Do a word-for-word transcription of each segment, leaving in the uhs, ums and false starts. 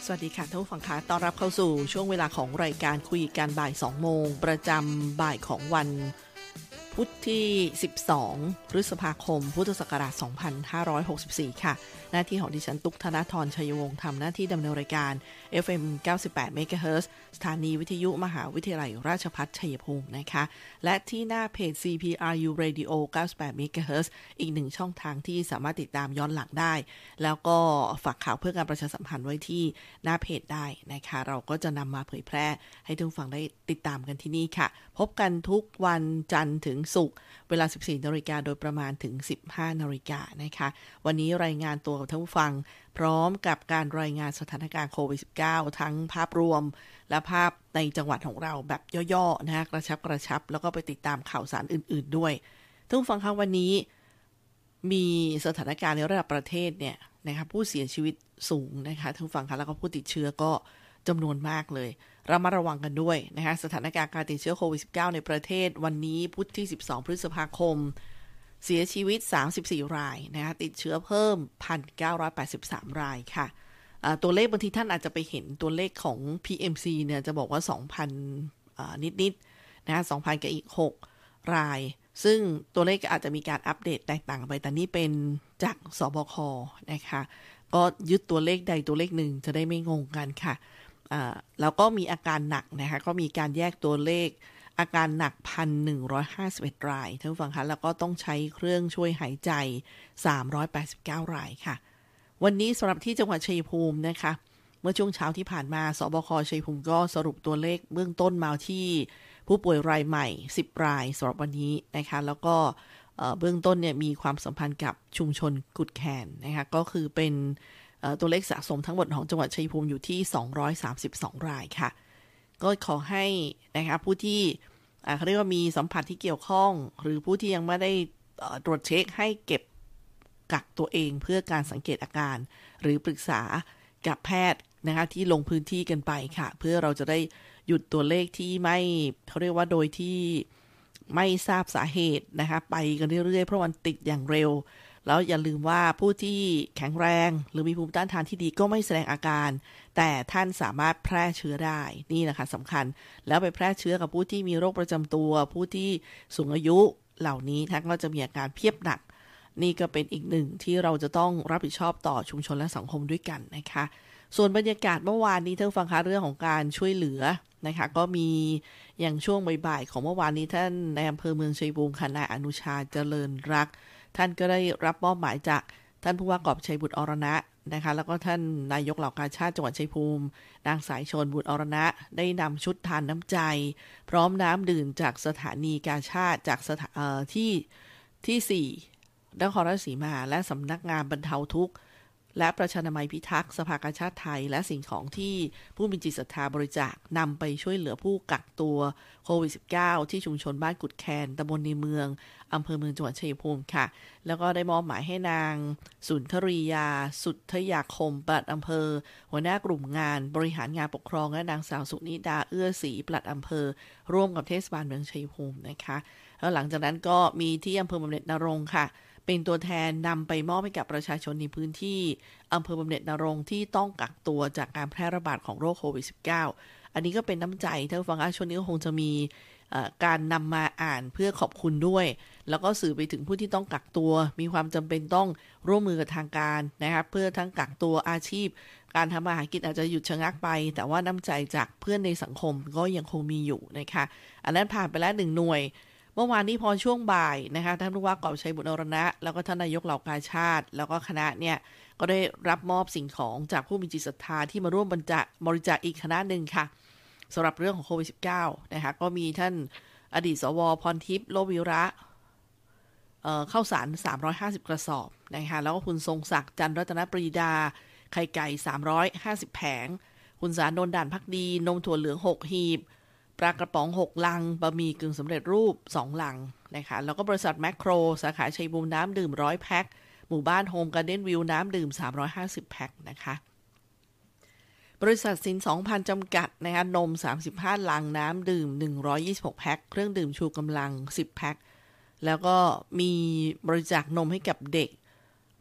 สวัสดีค่ะท่านผู้ฟังคะต้อนรับเข้าสู่ช่วงเวลาของรายการคุยกันบ่ายสองโมงประจำบ่ายของวันพุธที่สิบสองพฤษภาคมพุทธศักราชสองพันห้าร้อยหกสิบสี่ค่ะหน้าที่ของดิฉันตุ๊กธนธรชัยวงศ์ทำหน้าที่ดำเนินรายการ เอฟ เอ็ม เก้าสิบแปด เมกะเฮิรตซ์ สถานีวิทยุมหาวิทยาลัยราชภัฏชัยภูมินะคะและที่หน้าเพจ ซี พี อาร์ ยู Radio เก้าสิบแปด เมกะเฮิรตซ์ อีกหนึ่งช่องทางที่สามารถติดตามย้อนหลังได้แล้วก็ฝากข่าวเพื่อการประชาสัมพันธ์ไว้ที่หน้าเพจได้นะคะเราก็จะนำมาเผยแพร่ให้ทุกฟังได้ติดตามกันที่นี่ค่ะพบกันทุกวันจันทร์ถึงศุกร์เวลา สิบสี่นาฬิกา โดยประมาณถึง สิบห้านาฬิกานะคะวันนี้รายงานตัวกับท่านผู้ฟังพร้อมกับการรายงานสถานการณ์โควิด สิบเก้า ทั้งภาพรวมและภาพในจังหวัดของเราแบบย่อๆนะฮะกระชับกระชับแล้วก็ไปติดตามข่าวสารอื่นๆด้วยท่านผู้ฟังคะวันนี้มีสถานการณ์ในระดับประเทศเนี่ยนะคะผู้เสียชีวิตสูงนะคะท่านผู้ฟังคะแล้วก็ผู้ติดเชื้อก็จำนวนมากเลยเรามาระวังกันด้วยนะคะสถานการณ์การติดเชื้อโควิด สิบเก้า ในประเทศวันนี้พุธที่สิบสองพฤษภาคมเสียชีวิตสามสิบสี่รายนะคะติดเชื้อเพิ่ม หนึ่งพันเก้าร้อยแปดสิบสาม รายค่ะตัวเลขบางทีท่านอาจจะไปเห็นตัวเลขของ พี เอ็ม ซี เนี่ยจะบอกว่า สองพัน นิดๆนะคะ สองพัน กับอีกหกรายซึ่งตัวเลขอาจจะมีการอัปเดตแตกต่างไปแต่นี่เป็นจากสบคนะคะก็ยึดตัวเลขใดตัวเลขหนึ่งจะได้ไม่งงกันค่ะแล้วก็มีอาการหนักนะคะก็มีการแยกตัวเลขอาการหนัก หนึ่งพันหนึ่งร้อยห้าสิบเอ็ด รายท่านผู้ฟังคะแล้วก็ต้องใช้เครื่องช่วยหายใจสามร้อยแปดสิบเก้ารายค่ะวันนี้สำหรับที่จังหวัดชัยภูมินะคะเมื่อช่วงเช้าที่ผ่านมาสบคชัยภูมิก็สรุปตัวเลขเบื้องต้นมาที่ผู้ป่วยรายใหม่สิบรายสำหรับวันนี้นะคะแล้วก็เบื้องต้นเนี่ยมีความสัมพันธ์กับชุมชนกุดแคนนะคะก็คือเป็นตัวเลขสะสมทั้งหมดของจังหวัดชัยภูมิอยู่ที่สองร้อยสามสิบสองรายค่ะก็ขอให้นะคะผู้ที่เขาเรียกว่ามีสัมผัสที่เกี่ยวข้องหรือผู้ที่ยังไม่ได้ตรวจเช็คให้เก็บกักตัวเองเพื่อการสังเกตอาการหรือปรึกษากับแพทย์นะคะที่ลงพื้นที่กันไปค่ะเพื่อเราจะได้หยุดตัวเลขที่ไม่เขาเรียกว่าโดยที่ไม่ทราบสาเหตุนะคะไปกันเรื่อยๆเพราะมันติดอย่างเร็วแล้วอย่าลืมว่าผู้ที่แข็งแรงหรือมีภูมิต้านทานที่ดีก็ไม่แสดงอาการแต่ท่านสามารถแพร่เชื้อได้นี่แหละค่ะสำคัญแล้วไปแพร่เชื้อกับผู้ที่มีโรคประจำตัวผู้ที่สูงอายุเหล่านี้ท่านก็จะมีอาการเพียบหนักนี่ก็เป็นอีกหนึ่งที่เราจะต้องรับผิดชอบต่อชุมชนและสังคมด้วยกันนะคะส่วนบรรยากาศเมื่อวานนี้ท่านฟังคะเรื่องของการช่วยเหลือนะคะก็มีอย่างช่วงบ่ายๆของเมื่อวานนี้ท่านในอำเภอเมืองชัยภูมิค่ะนายอนุชาเจริญรักท่านก็ได้รับมอบหมายจากท่านผู้ว่ากอบชัยบุตรอรณะนะคะแล้วก็ท่านนายกเหล่ากาชาติจังหวัดชัยภูมินางสายชนบุตรอรณะได้นำชุดทานน้ำใจพร้อมน้ำดื่มจากสถานีกาชาติจากสถานที่ที่สี่นครราชสีมาและสำนักงานบรรเทาทุกข์และประชานามัยพิทักษ์สภากาชาติไทยและสิ่งของที่ผู้มีจิตศรัทธาบริจาคนำไปช่วยเหลือผู้กักตัวโควิด สิบเก้า ที่ชุมชนบ้านกุดแคนตำบลในเมืองอำเภอเมืองจังหวัดชัยภูมิค่ะแล้วก็ได้มอบหมายให้นางสุนทรียาสุทธยาคมปลัดอำเภอหัวหน้ากลุ่มงานบริหารงานปกครองและนางสาวสุนิดาเอื้อศรีปลัดอำเภอร่วมกับเทศบาลเมืองชัยภูมินะคะแล้วหลังจากนั้นก็มีที่อำเภอบำเหน็จนรงค์ค่ะเป็นตัวแทนนำไปมอบให้กับประชาชนในพื้นที่อำเภอบำเหน็จนรงค์ที่ต้องกักตัวจากการแพร่ระบาดของโรคโควิด สิบเก้า อันนี้ก็เป็นน้ำใจท่านฟังอ่ะช่วงนี้ก็คงจะมีการนำมาอ่านเพื่อขอบคุณด้วยแล้วก็สื่อไปถึงผู้ที่ต้องกักตัวมีความจำเป็นต้องร่วมมือกับทางการนะครับเพื่อทั้งกักตัวอาชีพการทำมาหากินอาจจะหยุดชะงักไปแต่ว่าน้ำใจจากเพื่อนในสังคมก็ยังคงมีอยู่นะคะอันนั้นผ่านไปแล้วหนึ่งหน่วยเมื่อวานนี้พอช่วงบ่ายนะคะท่านผู้ว่ากอบชัยบุตรอรณะแล้วก็ท่านนายกเหล่ากาชาติแล้วก็คณะเนี่ยก็ได้รับมอบสิ่งของจากผู้มีจิตศรัทธาที่มาร่วมบริจาคบริจาคอีกคณะหนึ่งค่ะสำหรับเรื่องของโควิด สิบเก้า นะคะก็มีท่านอดีตสวพรทิพย์โลวิระเอ่อข้าวสารสามร้อยห้าสิบกระสอบนะคะแล้วก็คุณทรงศักดิ์จันทร์รัตนปรีดาไข่ไก่สามร้อยห้าสิบแผงคุณสานนท์ด่านภักดีนมถั่วเหลืองหกหีบปลากระป๋องหกลังบะหมี่กึ่งสำเร็จรูปสองลังนะคะแล้วก็บริษัทแมคโครสาขาชัยภูมิน้ำดื่มหนึ่งร้อยแพ็คหมู่บ้านโฮมการ์เด้นวิวน้ำดื่มสามร้อยห้าสิบแพ็คนะคะบริษัทสิน สองพัน จำกัดนะคะนมสามสิบห้าลังน้ำดื่มหนึ่งร้อยยี่สิบหกแพ็คเครื่องดื่มชูกำลังสิบแพ็คแล้วก็มีบริจาคนมให้กับเด็ก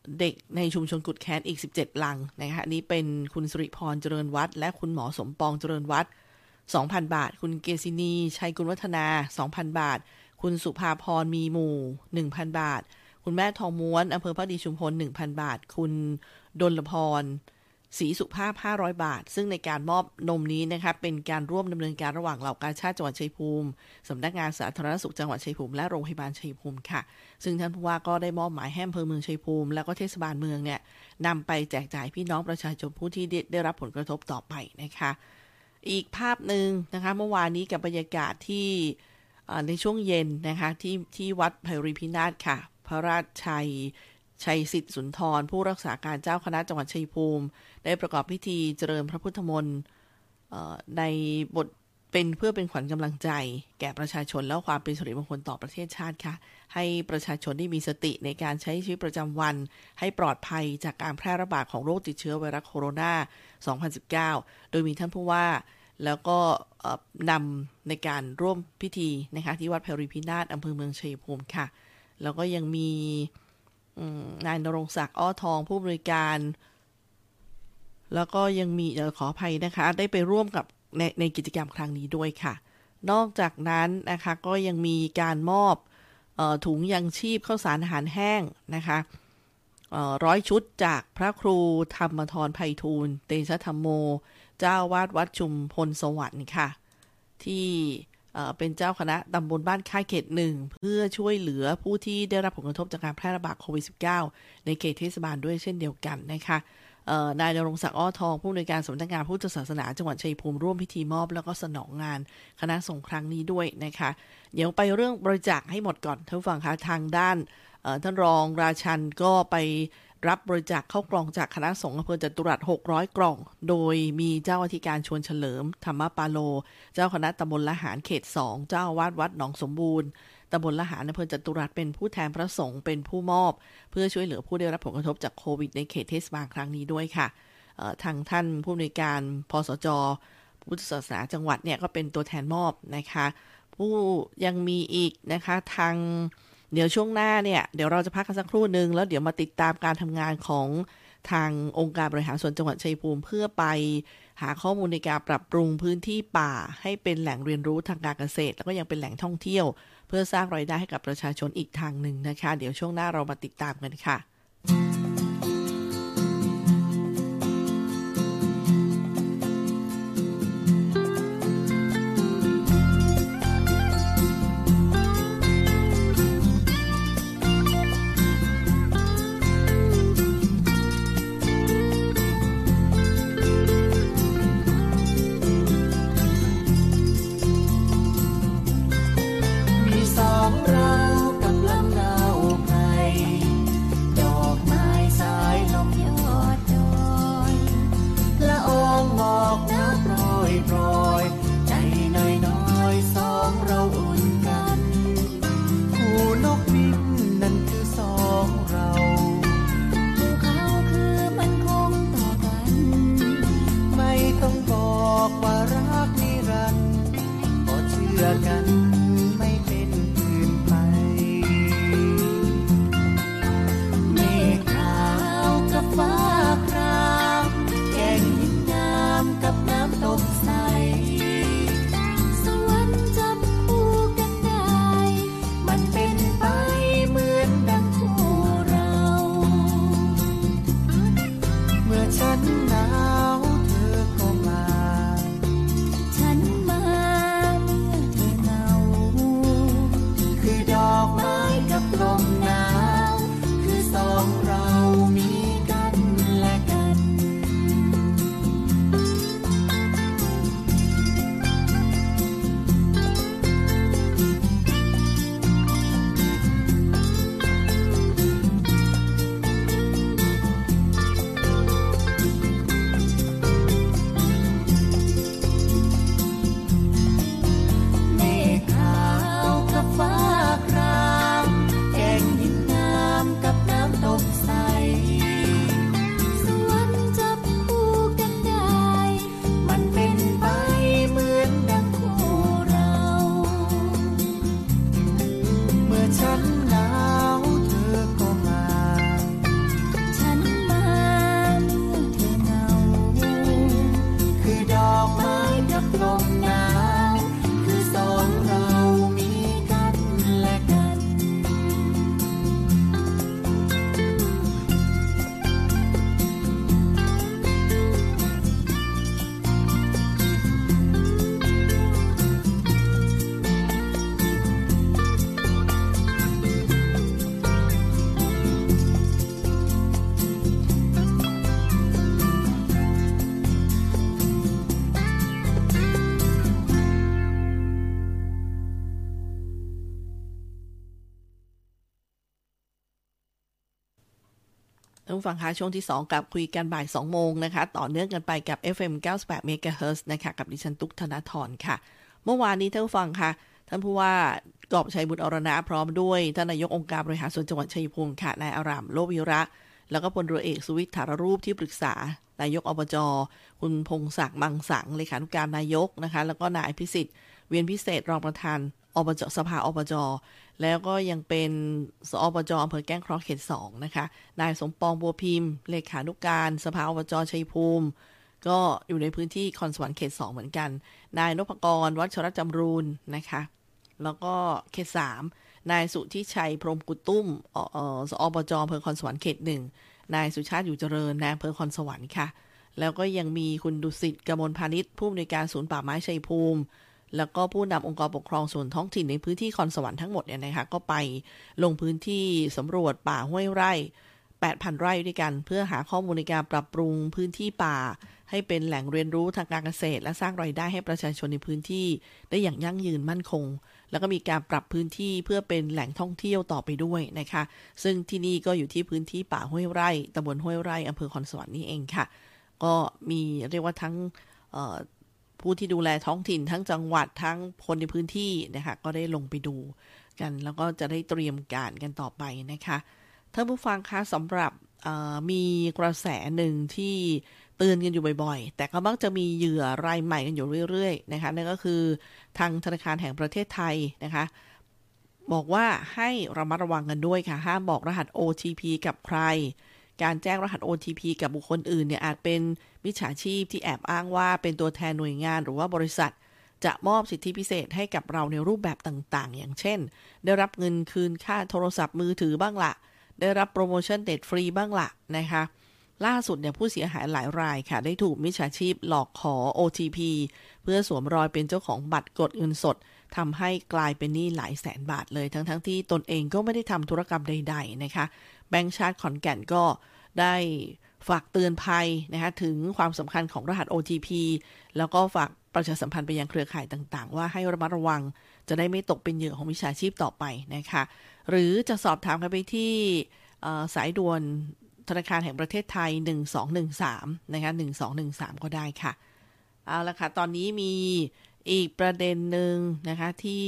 เด็กในชุมชนกุดแค้นอีกสิบเจ็ดลังนะคะนี้เป็นคุณสิริพรเจริญวัฒน์และคุณหมอสมปองเจริญวัฒน์ สองพัน บาทคุณเกษินีชัยกุลวัฒนา สองพัน บาทคุณสุภาพรมีหมู่ หนึ่งพัน บาทคุณแม่ทองม้วนอำเภอพระดีชุมพล หนึ่งพัน บาทคุณดลพรศรีสุภาพห้าร้อยบาทซึ่งในการมอบนมนี้นะคะเป็นการร่วมดำเนินการระหว่างเหล่ากาชาดจังหวัดชัยภูมิสำนักงานสาธารณสุขจังหวัดชัยภูมิและโรงพยาบาลชัยภูมิค่ะซึ่งท่านผู้ว่าก็ได้มอบหมายให้อำเภอเมืองชัยภูมิแล้วก็เทศบาลเมืองเนี่ยนำไปแจกจ่ายพี่น้องประชาชนผู้ที่ได้รับผลกระทบต่อไปนะคะอีกภาพหนึ่งนะคะเมื่อวานนี้กับบรรยากาศที่ในช่วงเย็นนะคะที่ที่วัดไผ่รีพินาศค่ะพระราชชัยชัยสิทธิสุนทรผู้รักษาการเจ้าคณะจังหวัดชัยภูมิได้ประกอบพิธีเจริญพระพุทธมนต์ในบทเป็นเพื่อเป็นขวัญกำลังใจแก่ประชาชนและความเป็นสิริมงคลต่อประเทศชาติค่ะให้ประชาชนได้มีสติในการใช้ชีวิตประจำวันให้ปลอดภัยจากการแพร่ระบาดของโรคติดเชื้อไวรัสโคโรนา สองพันสิบเก้า โดยมีท่านผู้ว่าแล้วก็นำในการร่วมพิธีนะคะที่วัดไผ่รีพินาศอำเภอเมืองชัยภูมิค่ะแล้วก็ยังมีนายณรงค์ศักดิ์อ้อทองผู้บริการแล้วก็ยังมีเอ่อขออภัยนะคะได้ไปร่วมกับในในกิจกรรมครั้งนี้ด้วยค่ะนอกจากนั้นนะคะก็ยังมีการมอบเอ่อถุงยังชีพข้าวสารอาหารแห้งนะคะเอ่อร้อยชุดจากพระครูธรรมธรไพฑูรย์เตชะธรรมโมเจ้าวาดวัดชุมพลสวรรค์ค่ะที่เป็นเจ้าคณะตำบลบ้านค่ายเขตหนึ่งเพื่อช่วยเหลือผู้ที่ได้รับผลกระทบจากการแพร่ระบาดโควิด สิบเก้า ในเขตเทศบาลด้วยเช่นเดียวกันนะคะนายณรงค์ศักดิ์อ้อทองผู้อำนวยการสำนักงานพุทธศาสนาจังหวัดชัยภูมิร่วมพิธีมอบแล้วก็สนองงานคณะสงฆ์ครั้งนี้ด้วยนะคะเดี๋ยวไปเรื่องบริจาคให้หมดก่อนท่านผู้ฟังคะทางด้านท่านรองราชันก็ไปรับบริจาคเข้ากล่องจากคณะสงฆ์อำเภอจตุรัสหกร้อยกล่องโดยมีเจ้าอธิการชวนเฉลิมธรรมปาโลเจ้าคณะตำบลละหารเขตสองเจ้าอาวาสวัดหนองสมบูรณ์ตำบลละหารอำเภอจตุรัสเป็นผู้แทนพระสงฆ์เป็นผู้มอบเพื่อช่วยเหลือผู้ได้รับผลกระทบจากโควิดในเขตเทศบาลครั้งนี้ด้วยค่ะทางท่านผู้อำนวยการพสจ.พุทธศาสนาจังหวัดเนี่ยก็เป็นตัวแทนมอบนะคะผู้ยังมีอีกนะคะทางเดี๋ยวช่วงหน้าเนี่ยเดี๋ยวเราจะพักกันสักครู่นึงแล้วเดี๋ยวมาติดตามการทำงานของทางองค์การบริหารส่วนจังหวัดชัยภูมิเพื่อไปหาข้อมูลในการปรับปรุงพื้นที่ป่าให้เป็นแหล่งเรียนรู้ทางการเกษตรแล้วก็ยังเป็นแหล่งท่องเที่ยวเพื่อสร้างรายได้ให้กับประชาชนอีกทางหนึ่งนะคะเดี๋ยวช่วงหน้าเรามาติดตามกันค่ะฉันมาเมื่อเธอเหงาท่านผู้ฟังคะช่วงที่สองกับคุยกันบ่ายสองโมงนะคะต่อเนื่องกันไปกับ เอฟ เอ็ม เก้าสิบแปด เมกะเฮิรตซ์นะคะกับดิฉันตุ๊กธนธรค่ะเมื่อวานนี้ท่านผู้ฟังค่ะท่านผู้ว่ากอบชัยบุตรอรณะพร้อมด้วยท่านนายกองค์การบริหารส่วนจังหวัดชัยภูมิค่ะนายอารามโลวิระแล้วก็พลเรือเอกสุวิทย์ธารรูปที่ปรึกษานายกอบจ.คุณพงศักดิ์มังสังเลขานุการนายกนะคะแล้วก็นายพิสิทธิ์เวียนพิเศษรองประธานอบจ.สภาอบจ.แล้วก็ยังเป็นสอบจ.อำเภอแก้งเคราะห์เขตสองนะคะนายสมปองบัวพิมพ์เลขานุการสภาอบจ.ชัยภูมิก็อยู่ในพื้นที่คอนสวรรค์เขตสองเหมือนกันนายนพกรวัชรจำรูนนะคะแล้วก็เขตสามนายสุทธิชัยพรหมกุตุ้มเอ่อสอบจ.อำเภอคอนสวรรค์เขตหนึ่งนายสุชาติอยู่เจริญนายอำเภอคอนสวรรค์ค่ะแล้วก็ยังมีคุณดุสิตกมลพาณิชย์ผู้อำนวยการศูนย์ป่าไม้ชัยภูมิแล้วก็ผู้นำองค์กรปกครองส่วนท้องถิ่นในพื้นที่คอนสวรรค์ทั้งหมดเนี่ยนะคะก็ไปลงพื้นที่สำรวจป่าห้วยไร่ แปดพัน ไร่ด้วยกันเพื่อหาข้อมูลในการปรับปรุงพื้นที่ป่าให้เป็นแหล่งเรียนรู้ทางการเกษตรและสร้างรายได้ให้ประชาชนในพื้นที่ได้อย่างยั่งยืนมั่นคงแล้วก็มีการปรับพื้นที่เพื่อเป็นแหล่งท่องเที่ยวต่อไปด้วยนะคะซึ่งที่นี่ก็อยู่ที่พื้นที่ป่าห้วยไร่ตำบลห้วยไร่อำเภอคอนสวรรค์นี่เองค่ะก็มีเรียกว่าทั้งผู้ที่ดูแลท้องถิ่นทั้งจังหวัดทั้งคนในพื้นที่นะคะก็ได้ลงไปดูกันแล้วก็จะได้เตรียมการกันต่อไปนะคะท่านผู้ฟังคะสำหรับมีกระแสหนึ่งที่เตือนกันอยู่บ่อยๆแต่ก็มักจะมีเหยื่อรายใหม่กันอยู่เรื่อยๆนะคะนั่นก็คือทางธนาคารแห่งประเทศไทยนะคะบอกว่าให้ระมัดระวังกันด้วยค่ะห้ามบอกรหัส โอ ที พี กับใครการแจ้งรหัส โอ ที พี กับบุคคลอื่นเนี่ยอาจเป็นมิจฉาชีพที่แอบอ้างว่าเป็นตัวแทนหน่วยงานหรือว่าบริษัทจะมอบสิทธิพิเศษให้กับเราในรูปแบบต่างๆอย่างเช่นได้รับเงินคืนค่าโทรศัพท์มือถือบ้างละได้รับโปรโมชั่นเน็ตฟรีบ้างละนะคะล่าสุดเนี่ยผู้เสียหายหลายรายค่ะได้ถูกมิจฉาชีพหลอกขอ โอ ที พี เพื่อสวมรอยเป็นเจ้าของบัตรกดเงินสดทำให้กลายเป็นหนี้หลายแสนบาทเลยทั้งๆ ท, ที่ตนเองก็ไม่ได้ทำธุรกรรมใดๆนะคะแบงก์ชาติขอนแก่นก็ได้ฝากเตือนภัยนะคะถึงความสำคัญของรหัส โอ ที พี แล้วก็ฝากประชาสัมพันธ์ไปยังเครือข่ายต่างๆว่าให้ระมัดระวังจะได้ไม่ตกเป็นเหยื่อของมิจฉาชีพต่อไปนะคะหรือจะสอบถามกันไปที่สายด่วนธนาคารแห่งประเทศไทยหนึ่งสองหนึ่งสามนะคะหนึ่งสองหนึ่งสามก็ได้ค่ะเอาละค่ะตอนนี้มีอีกประเด็นหนึ่งนะคะที่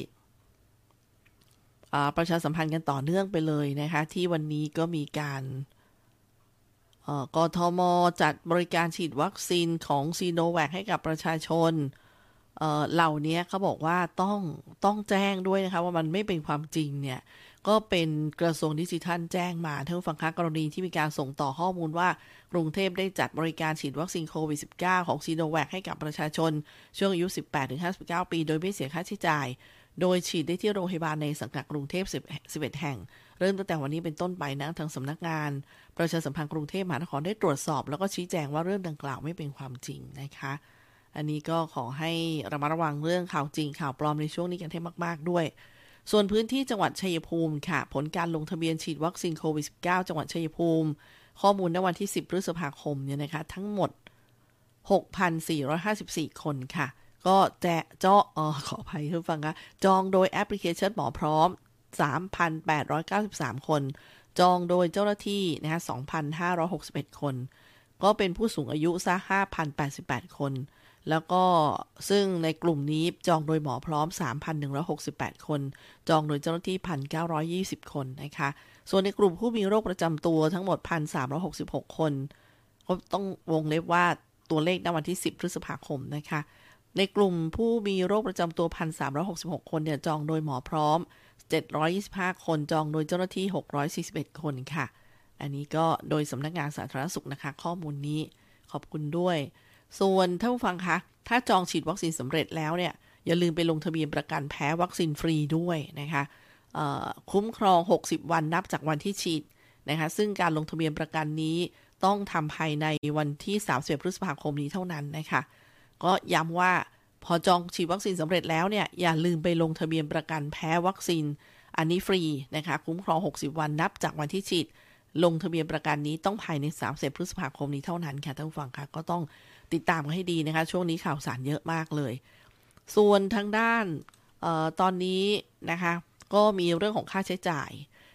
ประชาสัมพันธ์กันต่อเนื่องไปเลยนะคะที่วันนี้ก็มีการกทม.จัดบริการฉีดวัคซีนของซีโนแวคให้กับประชาชน เอ่อเหล่านี้เขาบอกว่าต้องต้องแจ้งด้วยนะคะว่ามันไม่เป็นความจริงเนี่ยก็เป็นกระทรวงดิจิทัลแจ้งมาท่านผู้ฟังคะกรณีที่มีการส่งต่อข้อมูลว่ากรุงเทพได้จัดบริการฉีดวัคซีนโควิด สิบเก้า ของซีโนแวคให้กับประชาชนช่วงอายุ สิบแปดถึงห้าสิบเก้า ปีโดยไม่เสียค่าใช้จ่ายโดยฉีดได้ที่โรงพยาบาลในสังกัดกรุงเทพสิบเอ็ดแห่งเริ่มตั้งแต่วันนี้เป็นต้นไปนะทางสำนักงานประชาสัมพันธ์กรุงเทพมหานครได้ตรวจสอบแล้วก็ชี้แจงว่าเรื่องดังกล่าวไม่เป็นความจริงนะคะอันนี้ก็ขอให้ระมัดระวังเรื่องข่าวจริงข่าวปลอมในช่วงนี้กันให้มากๆด้วยส่วนพื้นที่จังหวัดชัยภูมิค่ะผลการลงทะเบียนฉีดวัคซีนโควิด สิบเก้า จังหวัดชัยภูมิข้อมูลในวันที่สิบพฤษภาคมเนี่ยนะคะทั้งหมด หกพันสี่ร้อยห้าสิบสี่ คนค่ะก็แจะเจาะอ๋อขออภัยทุกฟังค่ะจองโดยแอปพลิเคชันหมอพร้อม สามพันแปดร้อยเก้าสิบสาม คนจองโดยเจ้าหน้าที่นะคะ สองพันห้าร้อยหกสิบเอ็ด คนก็เป็นผู้สูงอายุซะ ห้าพันแปดสิบแปด คนแล้วก็ซึ่งในกลุ่มนี้จองโดยหมอพร้อม สามพันหนึ่งร้อยหกสิบแปด คนจองโดยเจ้าหน้าที่ หนึ่งพันเก้าร้อยยี่สิบ คนนะคะส่วนในกลุ่มผู้มีโรคประจำตัวทั้งหมด หนึ่งพันสามร้อยหกสิบหก คนก็ต้องวงเล็บว่าตัวเลขในวันที่สิบพฤษภาคมนะคะในกลุ่มผู้มีโรคประจำตัว หนึ่งพันสามร้อยหกสิบหก คนเนี่ยจองโดยหมอพร้อมเจ็ดร้อยยี่สิบห้า คนจองโดยเจ้าหน้าที่หกร้อยสี่สิบเอ็ดคนค่ะอันนี้ก็โดยสำนักงานสาธารณสุขนะคะข้อมูลนี้ขอบคุณด้วยส่วนท่านผู้ฟังคะถ้าจองฉีดวัคซีนสำเร็จแล้วเนี่ยอย่าลืมไปลงทะเบียนประกันแพ้วัคซีนฟรีด้วยนะคะคุ้มครองหกสิบวันนับจากวันที่ฉีดนะคะซึ่งการลงทะเบียนประกันนี้ต้องทำภายในวันที่สามสิบเอ็ดพฤษภาคมนี้เท่านั้นนะคะก็ย้ำว่าพอจองฉีดวัคซีนสำเร็จแล้วเนี่ยอย่าลืมไปลงทะเบียนประกันแพ้วัคซีนอันนี้ฟรีนะคะคุ้มครองหกสิบวันนับจากวันที่ฉีดลงทะเบียนประกันนี้ต้องภายในสามสิบพฤษภาคมนี้เท่านั้นค่ะท่านผู้ฟังค่ะก็ต้องติดตามกันให้ดีนะคะช่วงนี้ข่าวสารเยอะมากเลยส่วนทางด้านเอ่อตอนนี้นะคะก็มีเรื่องของค่าใช้จ่าย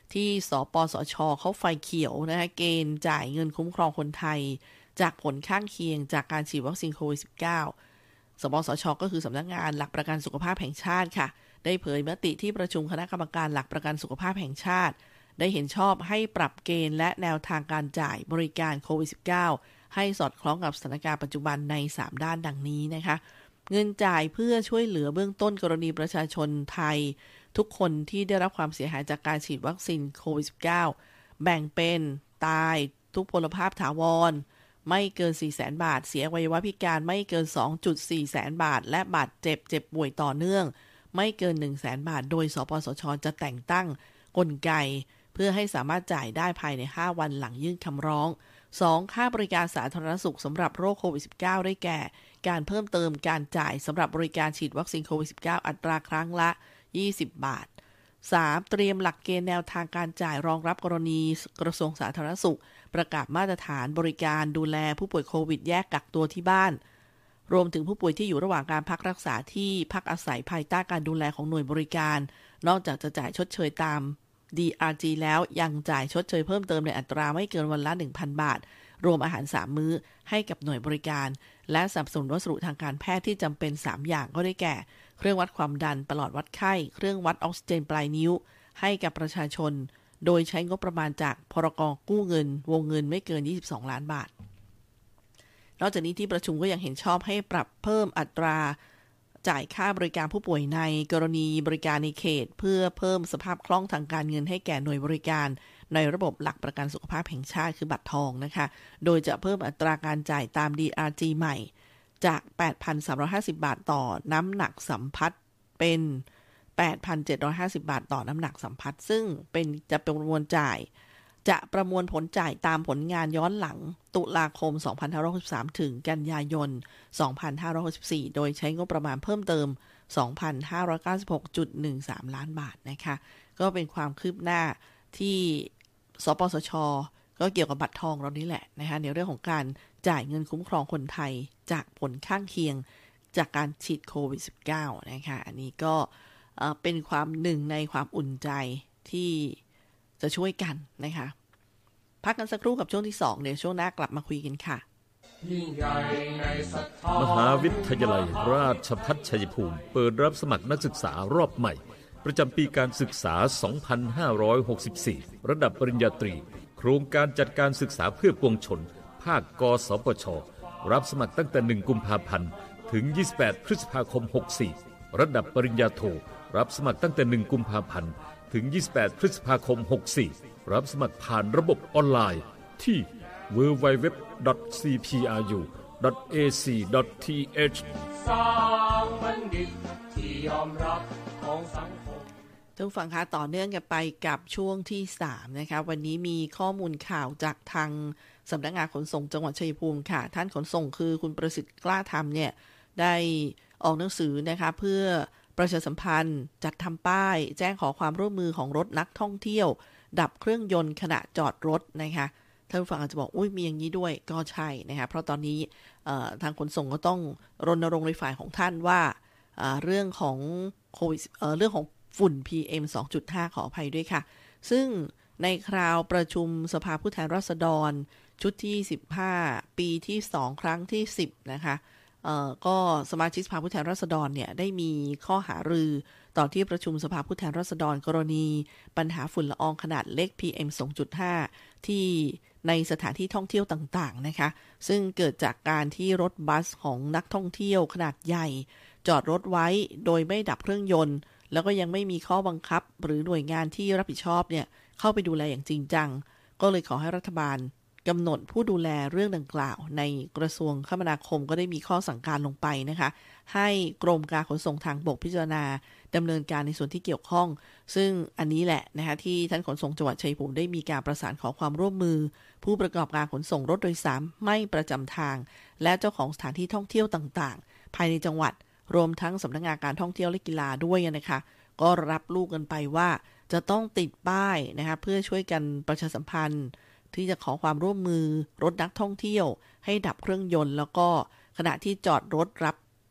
ที่สปสช.เขาไฟเขียวนะคะเกณฑ์จ่ายเงินคุ้มครองคนไทยจากผลข้างเคียงจากการฉีดวัคซีนโควิด สิบเก้า สปสช.ก็คือสำนักงานหลักประกันสุขภาพแห่งชาติค่ะได้เผยมติที่ประชุมคณะกรรมการหลักประกันสุขภาพแห่งชาติได้เห็นชอบให้ปรับเกณฑ์และแนวทางการจ่ายบริการโควิด สิบเก้า ให้สอดคล้องกับสถานการณ์ปัจจุบันในสามด้านดังนี้นะคะเงินจ่ายเพื่อช่วยเหลือเบื้องต้นกรณีประชาชนไทยทุกคนที่ได้รับความเสียหายจากการฉีดวัคซีนโควิด สิบเก้า แบ่งเป็นตายทุกพลภาพถาวรไม่เกิน สี่แสน บาทเสียอวัยวะพิการไม่เกิน สองจุดสี่ แสนบาทและบาดเจ็บเจ็บป่วยต่อเนื่องไม่เกิน หนึ่งแสน บาทโดยสปสช.จะแต่งตั้งกลไกเพื่อให้สามารถจ่ายได้ภายในห้าวันหลังยื่นคำร้องสองค่าบริการสาธารณสุขสำหรับโรคโควิด สิบเก้า ได้แก่การเพิ่มเติมการจ่ายสำหรับบริการฉีดวัคซีนโควิด สิบเก้า อัตราครั้งละยี่สิบบาทสามเตรียมหลักเกณฑ์แนวทางการจ่ายรองรับกรณีกระทรวงสาธารณสุขประกาศมาตรฐานบริการดูแลผู้ป่วยโควิดแยกกักตัวที่บ้านรวมถึงผู้ป่วยที่อยู่ระหว่างการพักรักษาที่พักอาศัยภายใต้การดูแลของหน่วยบริการนอกจากจะจ่ายชดเชยตาม ดี อาร์ จี แล้วยังจ่ายชดเชยเพิ่มเติมในอัตราไม่เกินวันละ หนึ่งพัน บาทรวมอาหารสามมื้อให้กับหน่วยบริการและสนับสนุนวัสดุทางการแพทย์ที่จำเป็นสามอย่างก็ได้แก่เครื่องวัดความดันปลอดวัดไข้เครื่องวัดออกซิเจนปลายนิ้วให้กับประชาชนโดยใช้งบประมาณจากพรก.กู้เงินวงเงินไม่เกินยี่สิบสองล้านบาทนอกจากนี้ที่ประชุมก็ยังเห็นชอบให้ปรับเพิ่มอัตราจ่ายค่าบริการผู้ป่วยในกรณีบริการในเขตเพื่อเพิ่มสภาพคล่องทางการเงินให้แก่หน่วยบริการในระบบหลักประกันสุขภาพแห่งชาติคือบัตรทองนะคะโดยจะเพิ่มอัตราการจ่ายตาม ดี อาร์ จี ใหม่จาก แปดพันสามร้อยห้าสิบ บาทต่อน้ำหนักสัมผัสเป็น แปดพันเจ็ดร้อยห้าสิบ บาทต่อน้ำหนักสัมผัสซึ่งเป็นจะประมวลจ่ายจะประมวลผลจ่ายตามผลงานย้อนหลังตุลาคมสองพันห้าร้อยหกสิบสามถึงกันยายนสองพันห้าร้อยหกสิบสี่โดยใช้งบประมาณเพิ่มเติม สองพันห้าร้อยเก้าสิบหกจุดหนึ่งสาม ล้านบาทนะคะก็เป็นความคืบหน้าที่สปสช.ก็เกี่ยวกับบัตรทองเรานี่แหละนะคะในเรื่องของการจ่ายเงินคุ้มครองคนไทยจากผลข้างเคียงจากการฉีดโควิด สิบเก้า นะคะอันนี้ก็เป็นความหนึ่งในความอุ่นใจที่จะช่วยกันนะคะพักกันสักครู่กับช่วงที่สองเดี๋ยวช่วงหน้ากลับมาคุยกันค่ะมหาวิทยาลัยราชภัฏชัยภูมิเปิดรับสมัครนักศึกษารอบใหม่ประจำปีการศึกษา สองพันห้าร้อยหกสิบสี่ ระดับปริญญาตรีโครงการจัดการศึกษาเพื่อปวงชนภาคกสปช.รับสมัครตั้งแต่หนึ่งกุมภาพันธ์ถึงยี่สิบแปดพฤษภาคมหกสี่ระดับปริญญาโทรับสมัครตั้งแต่หนึ่งกุมภาพันธ์ถึงยี่สิบแปดพฤษภาคมหกสี่รับสมัครผ่านระบบออนไลน์ที่ ดับเบิลยู ดับเบิลยู ดับเบิลยู ดอท ซี พี อาร์ ยู ดอท เอ ซี ดอท ที เอช สร้างบัณฑิตที่ยอมรับของสังคมท่านฟังคะต่อเนื่องกันไปกับช่วงที่สามนะคะวันนี้มีข้อมูลข่าวจากทางสำนักงานขนส่งจังหวัดชัยภูมิค่ะท่านขนส่งคือคุณประสิทธิ์กล้าธรรมเนี่ยได้ออกหนังสือนะคะเพื่อประชาสัมพันธ์จัดทำป้ายแจ้งขอความร่วมมือของรถนักท่องเที่ยวดับเครื่องยนต์ขณะจอดรถนะคะท่านผู้ฟังอาจจะบอกอุ้ยมีอย่างนี้ด้วยก็ใช่นะคะเพราะตอนนี้ทางขนส่งก็ต้องรณรงค์ในฝ่ายของท่านว่าเรื่องของโควิดเรื่องของฝุ่น พี เอ็ม สองจุดห้า ขออภัยด้วยค่ะซึ่งในคราวประชุมสภาผู้แทนราษฎรชุดที่สิบห้าปีที่สองครั้งที่สิบนะคะเอ่อก็สมาชิกสภาผู้แทนราษฎรเนี่ยได้มีข้อหารือต่อที่ประชุมสภาผู้แทนราษฎรกรณีปัญหาฝุ่นละอองขนาดเล็ก พี เอ็ม สองจุดห้า ที่ในสถานที่ท่องเที่ยวต่างๆนะคะซึ่งเกิดจากการที่รถบัสของนักท่องเที่ยวขนาดใหญ่จอดรถไว้โดยไม่ดับเครื่องยนต์แล้วก็ยังไม่มีข้อบังคับหรือหน่วยงานที่รับผิดชอบเนี่ยเข้าไปดูแลอย่างจริงจังก็เลยขอให้รัฐบาลกำหนดผู้ดูแลเรื่องดังกล่าวในกระทรวงคมนาคมก็ได้มีข้อสั่งการลงไปนะคะให้กรมการขนส่งทางบกพิจารณาดำเนินการในส่วนที่เกี่ยวข้องซึ่งอันนี้แหละนะคะที่ท่านขนส่งจังหวัดชัยภูมิได้มีการประสานขอความร่วมมือผู้ประกอบการขนส่งรถโดยสารไม่ประจำทางและเจ้าของสถานที่ท่องเที่ยวต่างๆภายในจังหวัดรวมทั้งสำนักงานการท่องเที่ยวและกีฬาด้วยนะคะก็รับลูกกันไปว่าจะต้องติดป้ายนะคะเพื่อช่วยกันประชาสัมพันธ์ที่จะขอความร่วมมือรถนักท่องเที่ยวให้ดับเครื่องยนต์แล้วก็ขณะที่จอดรถรับ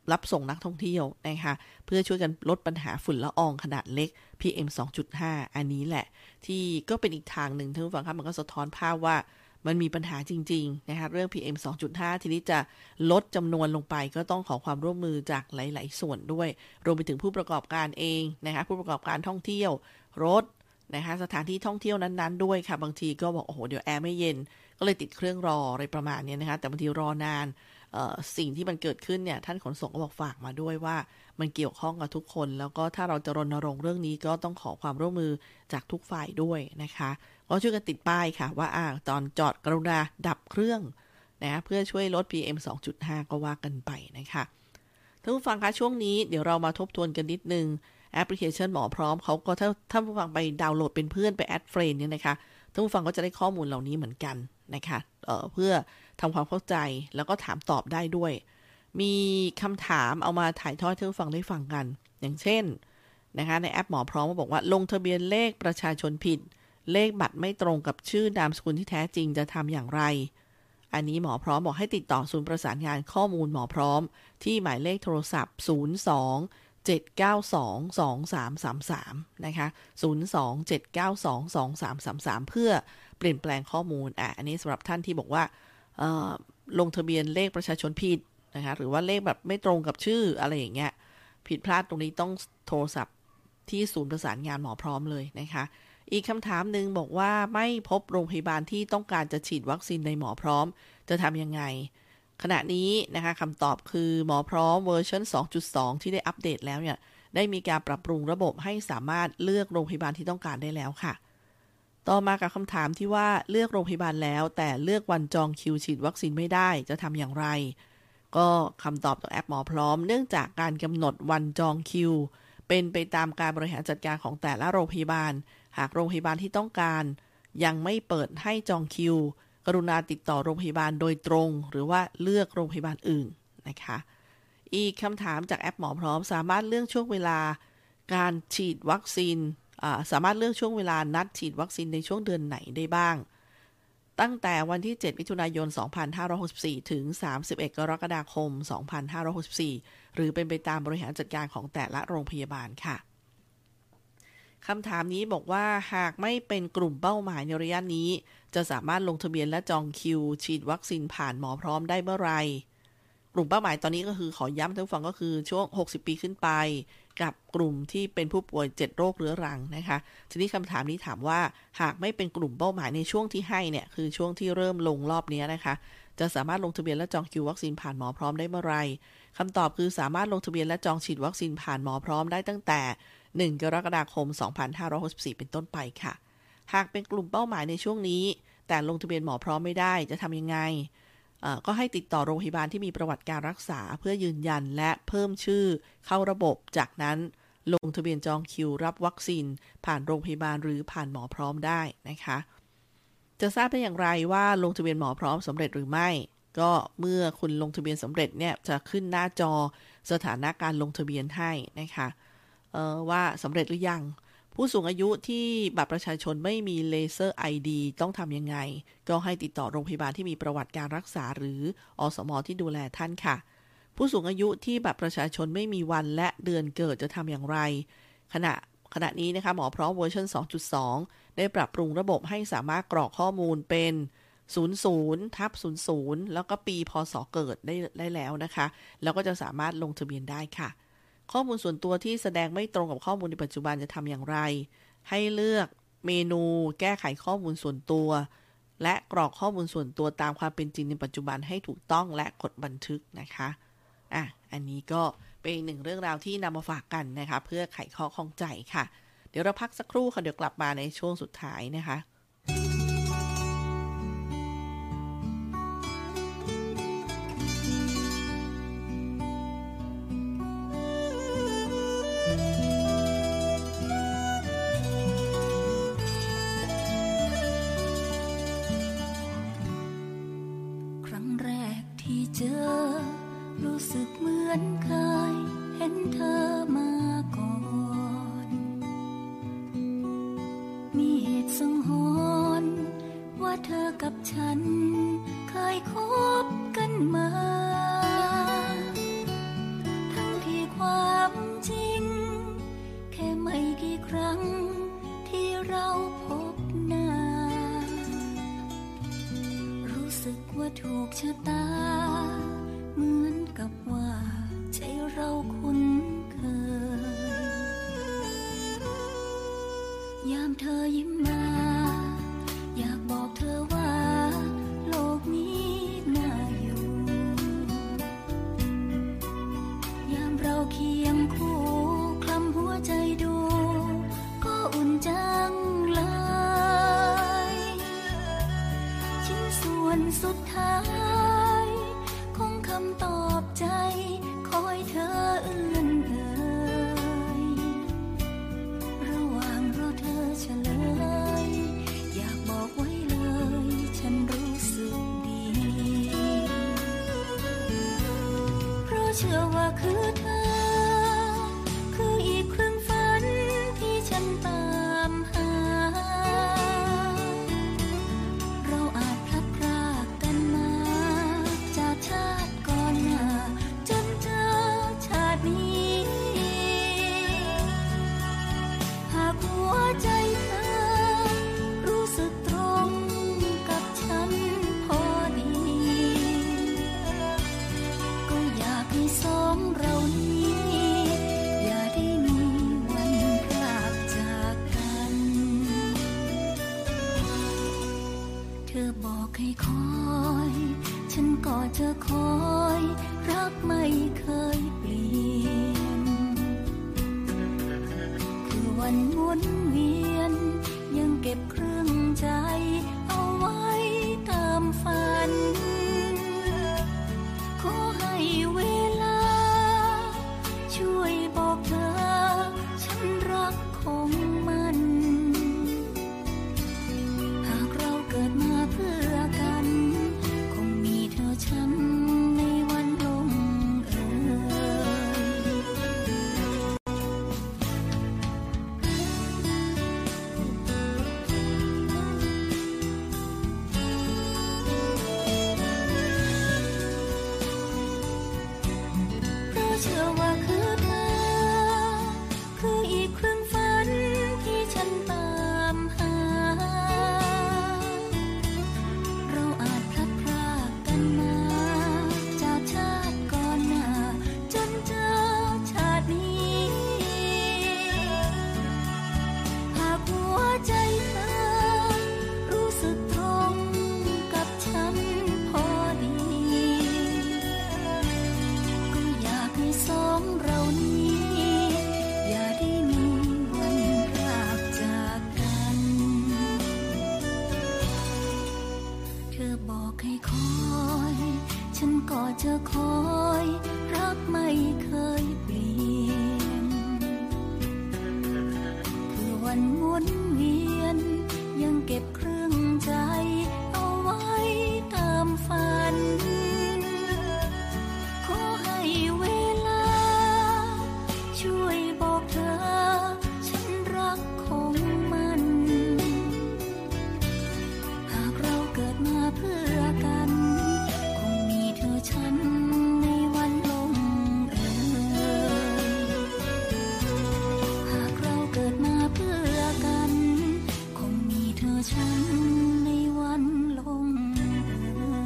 รับส่งนักท่องเที่ยวนะคะเพื่อช่วยกันลดปัญหาฝุ่นละอองขนาดเล็ก พี เอ็ม สองจุดห้า อันนี้แหละที่ก็เป็นอีกทางหนึ่งท่านผู้ฟังครับมันก็สะท้อนภาพว่ามันมีปัญหาจริงๆนะคะเรื่อง พี เอ็ม สองจุดห้า ทีนี้จะลดจำนวนลงไปก็ต้องขอความร่วมมือจากหลายๆส่วนด้วยรวมไปถึงผู้ประกอบการเองนะคะผู้ประกอบการท่องเที่ยวรถนะคะสถานที่ท่องเที่ยวนั้นๆด้วยค่ะบางทีก็บอกโอ้โหเดี๋ยวแอร์ไม่เย็นก็เลยติดเครื่องรออะไรประมาณนี้นะคะแต่บางทีรอนานสิ่งที่มันเกิดขึ้นเนี่ยท่านขนส่งก็บอกฝากมาด้วยว่ามันเกี่ยวข้องกับทุกคนแล้วก็ถ้าเราจะรณรงค์เรื่องนี้ก็ต้องขอความร่วมมือจากทุกฝ่ายด้วยนะคะก็ช่วยกันติดป้ายค่ะว่าอ่าตอนจอดกรุณาดับเครื่องนะเพื่อช่วยลด พี เอ็ม สองจุดห้า ก็ว่ากันไปนะคะท่านผู้ฟังคะช่วงนี้เดี๋ยวเรามาทบทวนกันนิดนึงแอปพลิเคชันหมอพร้อมเขาก็ถ้าท่านผู้ฟังไปดาวน์โหลดเป็นเพื่อนไปแอดเฟรนด์เนี่ยนะคะท่านผู้ฟังก็จะได้ข้อมูลเหล่านี้เหมือนกันนะคะเอ่อเพื่อทำความเข้าใจแล้วก็ถามตอบได้ด้วยมีคำถามเอามาถ่ายทอดให้ท่านผู้ฟังได้ฟังกันอย่างเช่นนะคะในแอปหมอพร้อมบอกว่าลงทะเบียนเลขประชาชนผิดเลขบัตรไม่ตรงกับชื่อนามสกุลที่แท้จริงจะทำอย่างไรอันนี้หมอพร้อมบอกให้ติดต่อศูนย์ประสานงานข้อมูลหมอพร้อมที่หมายเลขโทรศัพท์ศูนย์ สอง เจ็ด เก้า สอง สอง สาม สาม สามนะคะศูนย์ สอง เจ็ด เก้า สอง สอง สาม สาม สามเพื่อเปลี่ยนแปลงข้อมูลอ่ะอันนี้สำหรับท่านที่บอกว่าลงทะเบียนเลขประชาชนผิดนะคะหรือว่าเลขแบบไม่ตรงกับชื่ออะไรอย่างเงี้ยผิดพลาดตรงนี้ต้องโทรศัพท์ที่ศูนย์ประสานงานหมอพร้อมเลยนะคะอีกคำถามหนึ่งบอกว่าไม่พบโรงพยาบาลที่ต้องการจะฉีดวัคซีนในหมอพร้อมจะทำยังไงขณะนี้นะคะคำตอบคือหมอพร้อมเวอร์ชัน สองจุดสอง ที่ได้อัปเดตแล้วเนี่ยได้มีการปรับปรุงระบบให้สามารถเลือกโรงพยาบาลที่ต้องการได้แล้วค่ะต่อมากับคำถามที่ว่าเลือกโรงพยาบาลแล้วแต่เลือกวันจองคิวฉีดวัคซีนไม่ได้จะทำอย่างไรก็คำตอบจากแอปหมอพร้อมเนื่องจากการกำหนดวันจองคิวเป็นไปตามการบริหารจัดการของแต่ละโรงพยาบาลหากโรงพยาบาลที่ต้องการยังไม่เปิดให้จองคิวกรุณาติดต่อโรงพยาบาลโดยตรงหรือว่าเลือกโรงพยาบาลอื่นนะคะอีกคำถามจากแอปหมอพร้อมสามารถเลือกช่วงเวลาการฉีดวัคซีนสามารถเลือกช่วงเวลานัดฉีดวัคซีนในช่วงเดือนไหนได้บ้างตั้งแต่วันที่เจ็ดมิถุนายนสองพันห้าร้อยหกสิบสี่ถึงสามสิบเอ็ดกรกฎาคมสองพันห้าร้อยหกสิบสี่หรือเป็นไปตามบริหารจัดการของแต่ละโรงพยาบาลค่ะคำถามนี้บอกว่าหากไม่เป็นกลุ่มเป้าหมายในระยะนี้จะสามารถลงทะเบียนและจองคิวฉีดวัคซีนผ่านหมอพร้อมได้เมื่อไรกลุ่มเป้าหมายตอนนี้ก็คือขอย้ำท่านผู้ฟังก็คือช่วงหกสิบปีขึ้นไปกับกลุ่มที่เป็นผู้ป่วยเจ็ดโรคเรื้อรังนะคะทีนี้คำถามนี้ถามว่าหากไม่เป็นกลุ่มเป้าหมายในช่วงที่ให้เนี่ยคือช่วงที่เริ่มลงรอบนี้นะคะจะสามารถลงทะเบียนและจองคิววัคซีนผ่านหมอพร้อมได้เมื่อไรคำตอบคือสามารถลงทะเบียนและจองฉีดวัคซีนผ่านหมอพร้อมได้ตั้งแต่หนึ่งกรกฎาคมสองพันห้าร้อยหกสิบสี่เป็นต้นไปค่ะหากเป็นกลุ่มเป้าหมายในช่วงนี้แต่ลงทะเบียนหมอพร้อมไม่ได้จะทำยังไงก็ให้ติดต่อโรงพยาบาลที่มีประวัติการรักษาเพื่อยืนยันและเพิ่มชื่อเข้าระบบจากนั้นลงทะเบียนจองคิวรับวัคซีนผ่านโรงพยาบาลหรือผ่านหมอพร้อมได้นะคะจะทราบได้อย่างไรว่าลงทะเบียนหมอพร้อมสำเร็จหรือไม่ก็เมื่อคุณลงทะเบียนสำเร็จเนี่ยจะขึ้นหน้าจอสถานะการลงทะเบียนให้นะคะว่าสำเร็จหรือยังผู้สูงอายุที่บัตรประชาชนไม่มีเลเซอร์ ไอ ดี ต้องทำยังไงก็ให้ติดต่อโรงพยาบาลที่มีประวัติการรักษาหรืออสม.ที่ดูแลท่านค่ะผู้สูงอายุที่บัตรประชาชนไม่มีวันและเดือนเกิดจะทำอย่างไรขณะขณะนี้นะคะหมอพร้อมเวอร์ชัน สองจุดสอง ได้ปรับปรุงระบบให้สามารถกรอกข้อมูลเป็น ศูนย์ ศูนย์ ทับ ศูนย์ ศูนย์ แล้วก็ปีพศเกิดได้ได้แล้วนะคะแล้วก็จะสามารถลงทะเบียนได้ค่ะข้อมูลส่วนตัวที่แสดงไม่ตรงกับข้อมูลในปัจจุบันจะทำอย่างไรให้เลือกเมนูแก้ไขข้อมูลส่วนตัวและกรอกข้อมูลส่วนตัวตามความเป็นจริงในปัจจุบันให้ถูกต้องและกดบันทึกนะคะอ่ะอันนี้ก็เป็นหนึ่งเรื่องราวที่นำมาฝากกันนะคะเพื่อไขข้อข้องใจค่ะเดี๋ยวเราพักสักครู่ค่ะเดี๋ยวกลับมาในช่วงสุดท้ายนะคะเจอรู้สึกเหมือนเคยเห็นเธอมาก่อนมีเหตุสังหครั้งที่เราพบหน้ารู้สึกว่าถูกชะตาเหมือนกับว่าใจเราคุ้นเคยยามเธอยิ้มมาอยากบอกเธอว่าโลกนี้น่าอยู่ยามเราเคียงคู่คลำหัวใจดูก็อุ่นจังเลยชิ้นส่วนสุดท้ายของคำตอบใจคอยเธอเอื้อนเอ่ยระหว่างรอเธอเฉลยอยากบอกไว้เลยฉันรู้สึกดีเพราะเชื่อว่าคือเธอคืออีกครึ่งฝันที่ฉันตามหาเราอาจพลัดพรากกันมาจากชาติก่อนหน้าจนเจอชาตินี้หากหัวใจเธอรู้สึกตรงกับฉันพอดีก็อยากให้สองเรานี้อย่าได้มีวันพรากจากกันเธอบอกให้คอยฉันก็จะคอยรักไม่เคยเปลี่ยนคือวันหมุนเวียนยังเก็บเครื่องใจเอาไว้ตามฝันขอให้เวลาช่วยบอกเธอฉันรักของมันหากเราเกิดมาเพื่อกันคงมีเธอฉันในวันลงเอ่เพราะเชื่อว่าคือเธอคืออีกครึ่งฝันที่ฉันตามหาเราอาจพลัดพรากกันมาจากชาติก่อนหน้าจนเจอชาตินี้หากหัวใจเธอรู้สึกตรงกับฉันพอดีก็อยากให้สองเรานี้อย่าได้มีวันพรากจากกันเธอบอกให้คอยฉันก็จะคอยรักไม่เคยเปลี่ยนคือวันหมุนเวียนยังเก็บเครื่องใจเอาไว้ตามฝันขอให้เวลาช่วยบอกเธอฉันรักของมันหากเราเกิดมาเพื่อกันคงมีเธอฉันในวันลงเอ่ยหากเราเกิดมาเพื่อกันคงมีเธอฉันในวันลงเอ่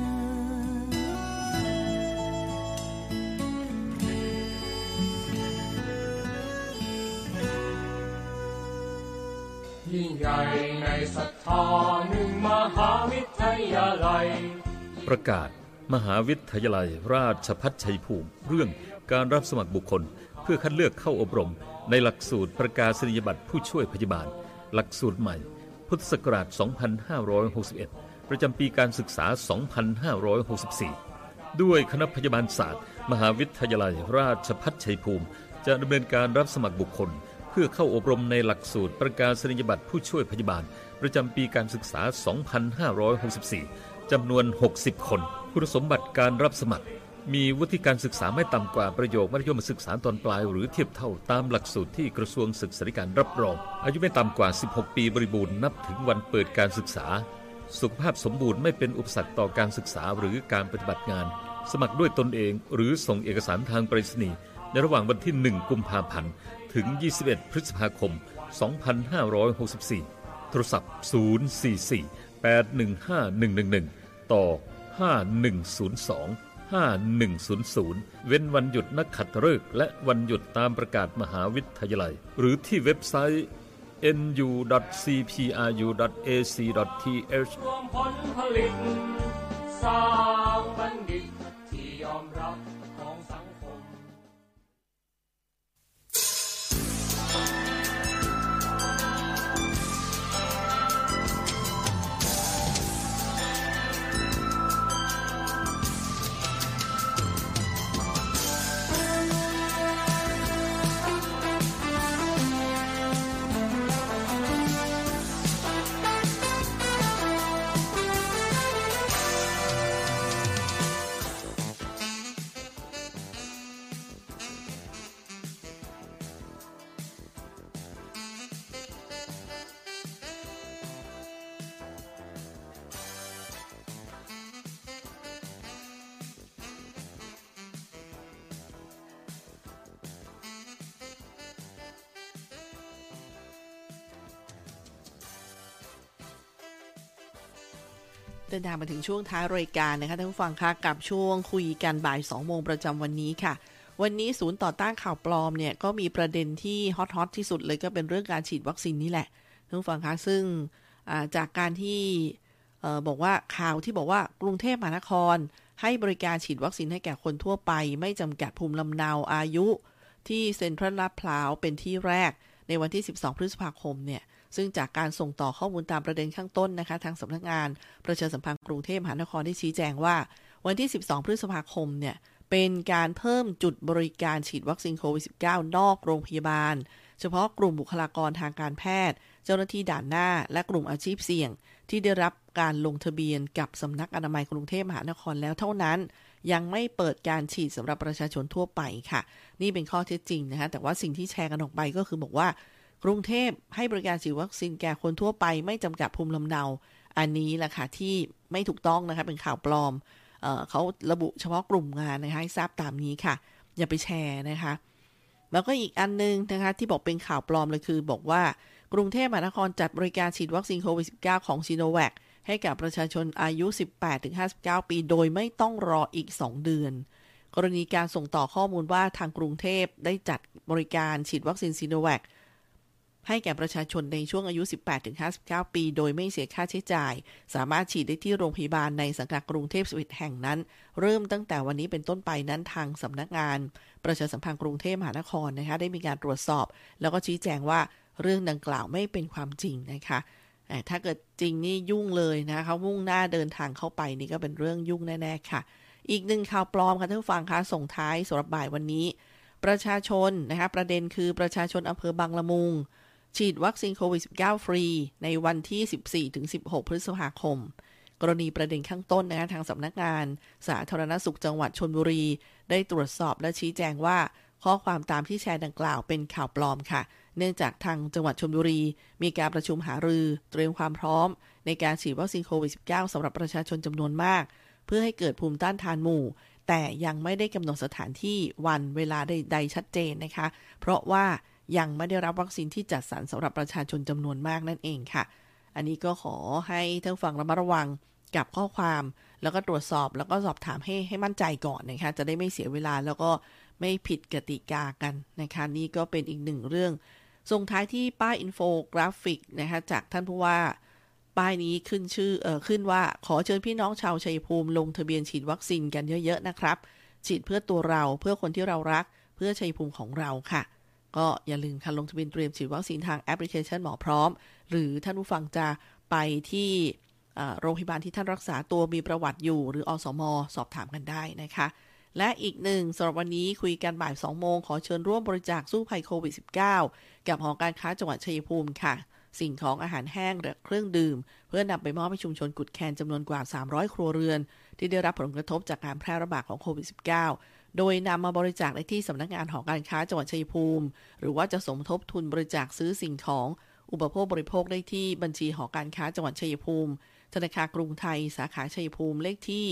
ยยิ่งใหญ่ในศรัทธาหนึ่งมหาวิทยาลัยประกาศมหาวิทยาลัยราชภัฏชัยภูมิเรื่องการรับสมัครบุคคลเพื่อคัดเลือกเข้าอบรมในหลักสูตรประกาศนียบัตรผู้ช่วยพยาบาลหลักสูตรใหม่พุทธศักราช สองพันห้าร้อยหกสิบเอ็ด ประจำปีการศึกษา สองพันห้าร้อยหกสิบสี่ ด้วยคณะพยาบาลศาสตร์มหาวิทยาลัยราชภัฏชัยภูมิจะดำเนินการรับสมัครบุคคลเพื่อเข้าอบรมในหลักสูตรประกาศนียบัตรผู้ช่วยพยาบาลประจำปีการศึกษา สองพันห้าร้อยหกสิบสี่ จำนวน หกสิบ คนคุณสมบัติการรับสมัครมีวุฒิการศึกษาไม่ต่ำกว่าประโยคมัธยมศึกษาตอนปลายหรือเทียบเท่าตามหลักสูตรที่กระทรวงศึกษาธิการรับรองอายุไม่ต่ำกว่า สิบหก ปีบริบูรณ์นับถึงวันเปิดการศึกษาสุขภาพสมบูรณ์ไม่เป็นอุปสรรคต่อการศึกษาหรือการปฏิบัติงานสมัครด้วยตนเองหรือส่งเอกสารทางไปรษณีย์ในระหว่างวันที่ หนึ่ง กุมภาพันธ์ถึงยี่สิบเอ็ดพฤษภาคมสองพันห้าร้อยหกสิบสี่โทรศัพท์ศูนย์ สี่ สี่ แปด หนึ่ง ห้า หนึ่ง หนึ่ง หนึ่งต่อห้า หนึ่ง ศูนย์ สอง ห้า หนึ่ง ศูนย์ ศูนย์เว้นวันหยุดนักขัตฤกษ์และวันหยุดตามประกาศมหาวิทยาลัยหรือที่เว็บไซต์ เอ็น ยู ดอท ซี พี อาร์ ยู ดอท เอ ซี ดอท ที เอชรวมผลผลิตสร้างบัณฑิตที่ยอมรับของสังคมเดินทางมาถึงช่วงท้ายรายการนะคะท่านผู้ฟังคะกับช่วงคุยกันบ่ายสองโมงประจำวันนี้ค่ะวันนี้ศูนย์ต่อต้านข่าวปลอมเนี่ยก็มีประเด็นที่ฮอตฮอตที่สุดเลยก็เป็นเรื่องการฉีดวัคซีนนี่แหละท่านผู้ฟังคะซึ่งจากการที่บอกว่าข่าวที่บอกว่ากรุงเทพมหานครให้บริการฉีดวัคซีนให้แก่คนทั่วไปไม่จำกัดภูมิลำเนาอายุที่เซ็นทรัลลาดพร้าวเป็นที่แรกในวันที่สิบสองพฤษภาคมเนี่ยซึ่งจากการส่งต่อข้อมูลตามประเด็นข้างต้นนะคะทางสำนักงานประชาสัมพันธ์กรุงเทพมหานครได้ชี้แจงว่าวันที่สิบสองพฤษภาคมเนี่ยเป็นการเพิ่มจุดบริการฉีดวัคซีนโควิด สิบเก้า นอกโรงพยาบาลเฉพาะกลุ่มบุคลากรทางการแพทย์เจ้าหน้าที่ด่านหน้าและกลุ่มอาชีพเสี่ยงที่ได้รับการลงทะเบียนกับสำนักอนามัยกรุงเทพมหานครแล้วเท่านั้นยังไม่เปิดการฉีดสำหรับประชาชนทั่วไปค่ะนี่เป็นข้อเท็จจริงนะคะแต่ว่าสิ่งที่แชร์กันออกไปก็คือบอกว่ากรุงเทพให้บริการฉีดวัคซีนแก่คนทั่วไปไม่จำกัดภูมิลำเนาอันนี้แหละค่ะที่ไม่ถูกต้องนะคะเป็นข่าวปลอม เอ่อ เขาระบุเฉพาะกลุ่มงานนะคะให้ทราบตามนี้ค่ะอย่าไปแชร์นะคะแล้วก็อีกอันนึงนะคะที่บอกเป็นข่าวปลอมเลยคือบอกว่ากรุงเทพมหานครจัดบริการฉีดวัคซีนโควิด สิบเก้า ของซิโนแวคให้กับประชาชนอายุ สิบแปดถึงห้าสิบเก้า ปีโดยไม่ต้องรออีกสองเดือนกรณีการส่งต่อข้อมูลว่าทางกรุงเทพได้จัดบริการฉีดวัคซีนซิโนแวคให้แก่ประชาชนในช่วงอายุ สิบแปดถึงห้าสิบเก้า ปีโดยไม่เสียค่าใช้จ่ายสามารถฉีดได้ที่โรงพยาบาลในสังกัดกรุงเทพสิบเอ็ดแห่งนั้นเริ่มตั้งแต่วันนี้เป็นต้นไปนั้นทางสำนักงานประชาสัมพันธ์กรุงเทพมหานครนะคะได้มีการตรวจสอบแล้วก็ชี้แจงว่าเรื่องดังกล่าวไม่เป็นความจริงนะคะถ้าเกิดจริงนี่ยุ่งเลยนะเขามุ่งหน้าเดินทางเข้าไปนี่ก็เป็นเรื่องยุ่งแน่ๆค่ะอีกหนึ่งข่าวปลอมค่ะท่านผู้ฟังคะส่งท้ายสำหรับบ่ายวันนี้ประชาชนนะคะประเด็นคือประชาชนอำเภอบางละมุงฉีดวัคซีนโควิด สิบเก้า ฟรีในวันที่ สิบสี่ถึงสิบหก พฤษภาคมกรณีประเด็นข้างต้นนะคะทางสำนักงานสาธารณสุขจังหวัดชลบุรีได้ตรวจสอบและชี้แจงว่าข้อความตามที่แชร์ดังกล่าวเป็นข่าวปลอมค่ะเนื่องจากทางจังหวัดชลบุรีมีการประชุมหารือเตรียมความพร้อมในการฉีดวัคซีนโควิด สิบเก้า สำหรับประชาชนจำนวนมากเพื่อให้เกิดภูมิต้านทานหมู่แต่ยังไม่ได้กำหนดสถานที่วันเวลาใดๆชัดเจนนะคะเพราะว่ายังไม่ได้รับวัคซีนที่จัดสรรสำหรับประชาชนจำนวนมากนั่นเองค่ะอันนี้ก็ขอให้ท่านฟังระมัดระวังกับข้อความแล้วก็ตรวจสอบแล้วก็สอบถามให้ให้มั่นใจก่อนนะคะจะได้ไม่เสียเวลาแล้วก็ไม่ผิดกติกากันนะคะนี่ก็เป็นอีกหนึ่งเรื่องส่งท้ายที่ป้ายอินโฟกราฟิกนะคะจากท่านผู้ว่าป้ายนี้ขึ้นชื่อเอ่อขึ้นว่าขอเชิญพี่น้องชาวชัยภูมิลงทะเบียนฉีดวัคซีนกันเยอะๆนะครับฉีดเพื่อตัวเราเพื่อคนที่เรารักเพื่อชัยภูมิของเราค่ะก็อย่าลืมค่ะลงทะเบียนเตรียมฉีดวัคซีนทางแอปพลิเคชันหมอพร้อมหรือท่านผู้ฟังจะไปที่โรงพยาบาลที่ท่านรักษาตัวมีประวัติอยู่หรืออสม.สอบถามกันได้นะคะและอีกหนึ่งสำหรับวันนี้คุยกันบ่ายสองโมงขอเชิญร่วมบริจาคสู้ภัยโควิด สิบเก้า กับหอการค้าจังหวัดชัยภูมิค่ะสิ่งของอาหารแห้งและเครื่องดื่มเพื่อนำไปมอบให้ชุมชนกุดแคนจำนวนกว่าสามร้อยครัวเรือนที่ได้รับผลกระทบจากการแพร่ระบาดของโควิด สิบเก้า โดยนำมาบริจาคได้ที่สำนักงานหอการค้าจังหวัดชัยภูมิหรือว่าจะสมทบทุนบริจาคซื้อสิ่งของอุปโภคบริโภคได้ที่บัญชีหอการค้าจังหวัดชัยภูมิธนาคารกรุงไทยสาขาชัยภูมิเลขที่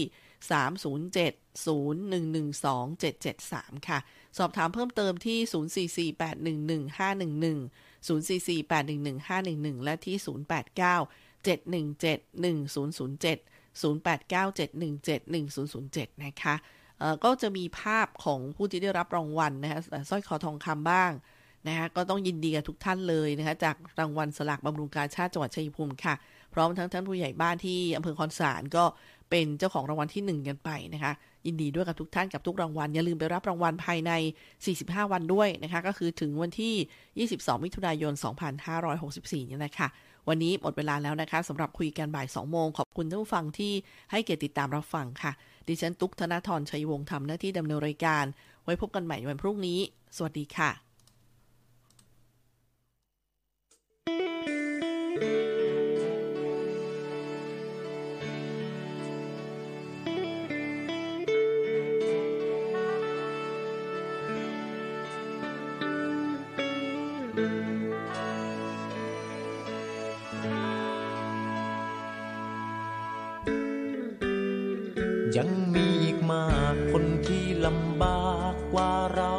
สาม ศูนย์ เจ็ด ศูนย์ หนึ่ง หนึ่ง สอง เจ็ด เจ็ด สามค่ะสอบถามเพิ่มเติมที่ศูนย์ สี่ สี่ แปด หนึ่ง หนึ่ง ห้า หนึ่ง หนึ่ง ศูนย์ สี่ สี่ แปด หนึ่ง หนึ่ง ห้า หนึ่ง หนึ่งและที่ศูนย์ แปด เก้า เจ็ด หนึ่ง เจ็ด หนึ่ง ศูนย์ ศูนย์ เจ็ด ศูนย์ แปด เก้า เจ็ด หนึ่ง เจ็ด หนึ่ง ศูนย์ ศูนย์ เจ็ดนะคะเอ่อก็จะมีภาพของผู้ที่ได้รับรางวัลนะคะสร้อยคอทองคำบ้างนะคะก็ต้องยินดีกับทุกท่านเลยนะคะจากรางวัลสลากบำรุงกาชาดจังหวัดชัยภูมิค่ะพร้อมทั้งท่านผู้ใหญ่บ้านที่อำเภอคอนสารก็เป็นเจ้าของรางวัลที่หนึ่งกันไปนะคะยินดีด้วยกับทุกท่านกับทุกรางวัลอย่าลืมไปรับรางวัลภายในสี่สิบห้าวันด้วยนะคะก็คือถึงวันที่ยี่สิบสองมิถุนายนสองพันห้าร้อยหกสิบสี่นี่แหละค่ะวันนี้หมดเวลาแล้วนะคะสำหรับคุยกันบ่ายสองโมงขอบคุณท่านผู้ฟังที่ให้เกียรติติดตามรับฟังค่ะดิฉันตุ๊กธนธรชัยวงศ์ทำหน้าที่ดำเนินรายการไว้พบกันใหม่วันพรุ่งนี้สวัสดีค่ะยังมีอีกมากคนที่ลำบากกว่าเรา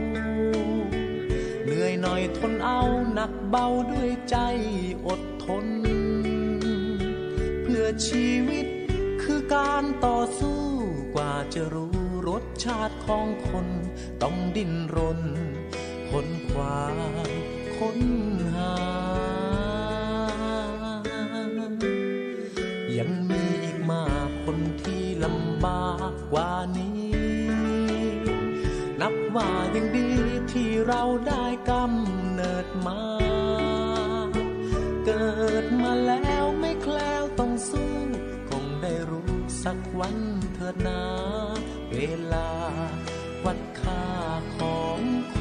เหนื่อยหน่อยทนเอาหนักเบาด้วยใจอดทนเพื่อชีวิตคือการต่อสู้กว่าจะรู้รสชาติของคนต้องดิ้นรนค้นคว้าค้นหายังมีอีกมากคนที่ลำบากกว่านี้นับว่ายังดีที่เราได้กำเนิดมาเกิดมาแล้วไม่แคล้วต้องสู้คงได้รู้สักวันเถิดนาเวลาวัดค่าของ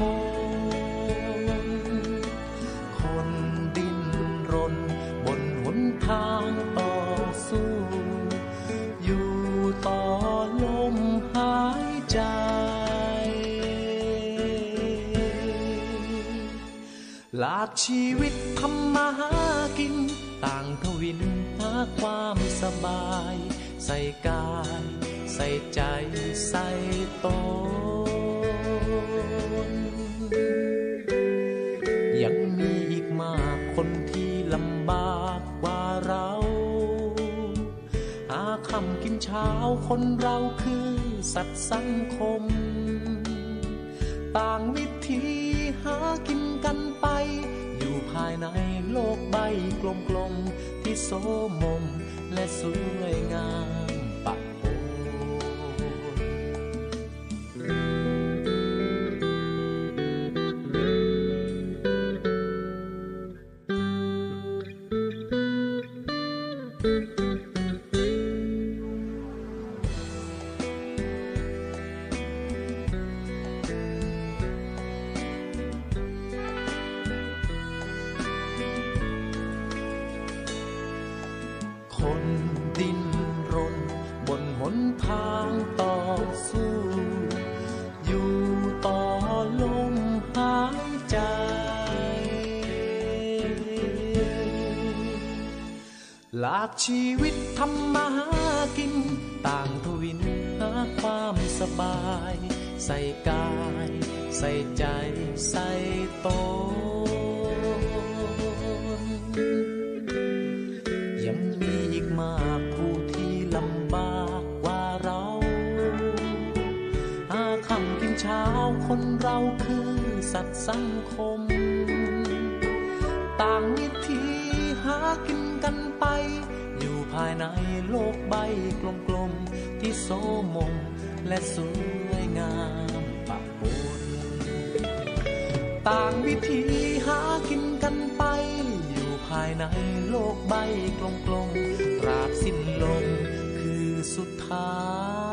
คนคนดิ้นรนบนหนทางต่อสู้อยู่ต่อลมหายใจหลากชีวิตทำมาหากินต่างทวินหาความสบายใส่กายใส่ใจใส่ตนยังมีอีกมากคนที่ลำบากกว่าเราหาค่ำกินเช้าคนเราคือสัตว์สังคมต่างวิธีหากินกันไปอยู่ภายในโลกใบกลมๆที่โสมมและสวยงามปะปนคนดิ้นรนบนหนทางต่อสู้อยู่ต่อลมหายใจหลากชีวิตทำมาหากินต่างทวินหาความสบายใส่กายใส่ใจใส่ตนยังมีอีกมากผู้ที่ลำบากกว่าเราหาค่ำกินเช้าคนเราคือสัตว์สังคมต่างวิธีหากินกันไปอยู่ภายในโลกใบกลมๆที่โสมมและสวยงามปะปนต่างวิธีหากินกันไปอยู่ภายในโลกใบกลมๆตราบสิ้นลมคือสุดท้าย